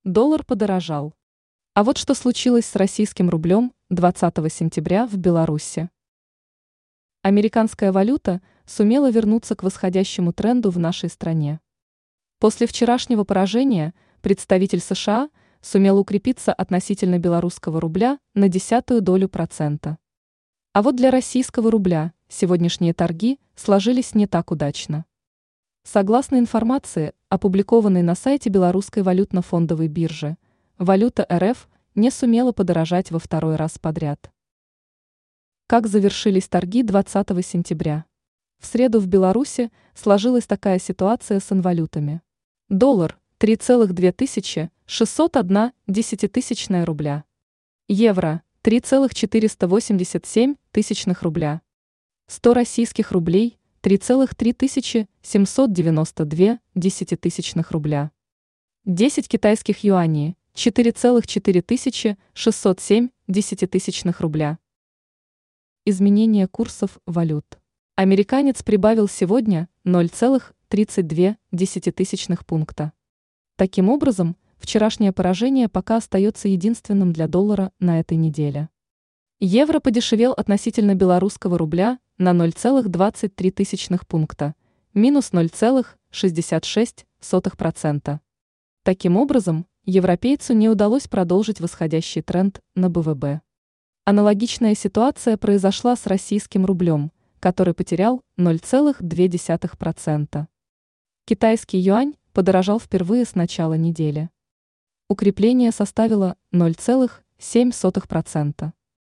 доллар подорожал. А вот что случилось с российским рублем 20 сентября в Беларуси. Американская валюта сумела вернуться к восходящему тренду в нашей стране. После вчерашнего поражения представитель США сумел укрепиться относительно белорусского рубля на 0,1%. А вот для российского рубля сегодняшние торги сложились не так удачно. Согласно информации, опубликованной на сайте Белорусской валютно-фондовой биржи, валюта РФ не сумела подорожать во второй раз подряд. Как завершились торги 20 сентября? В среду в Беларуси сложилась такая ситуация с инвалютами. Доллар – 3,2601 десятитысячная рубля. Евро – 3,487 рубля. 100 российских рублей – 3,3792 десятитысячных рубля. 10 китайских юаней – 4,4607 десятитысячных рубля. Изменение курсов валют. Американец прибавил сегодня 0,32 десятитысячных пункта. Таким образом, вчерашнее поражение пока остается единственным для доллара на этой неделе. Евро подешевел относительно белорусского рубля на 0,23 пункта, минус 0,66%. Таким образом, европейцу не удалось продолжить восходящий тренд на БВБ. Аналогичная ситуация произошла с российским рублем, который потерял 0,2%. Китайский юань подорожал впервые с начала недели. Укрепление составило 0,7%.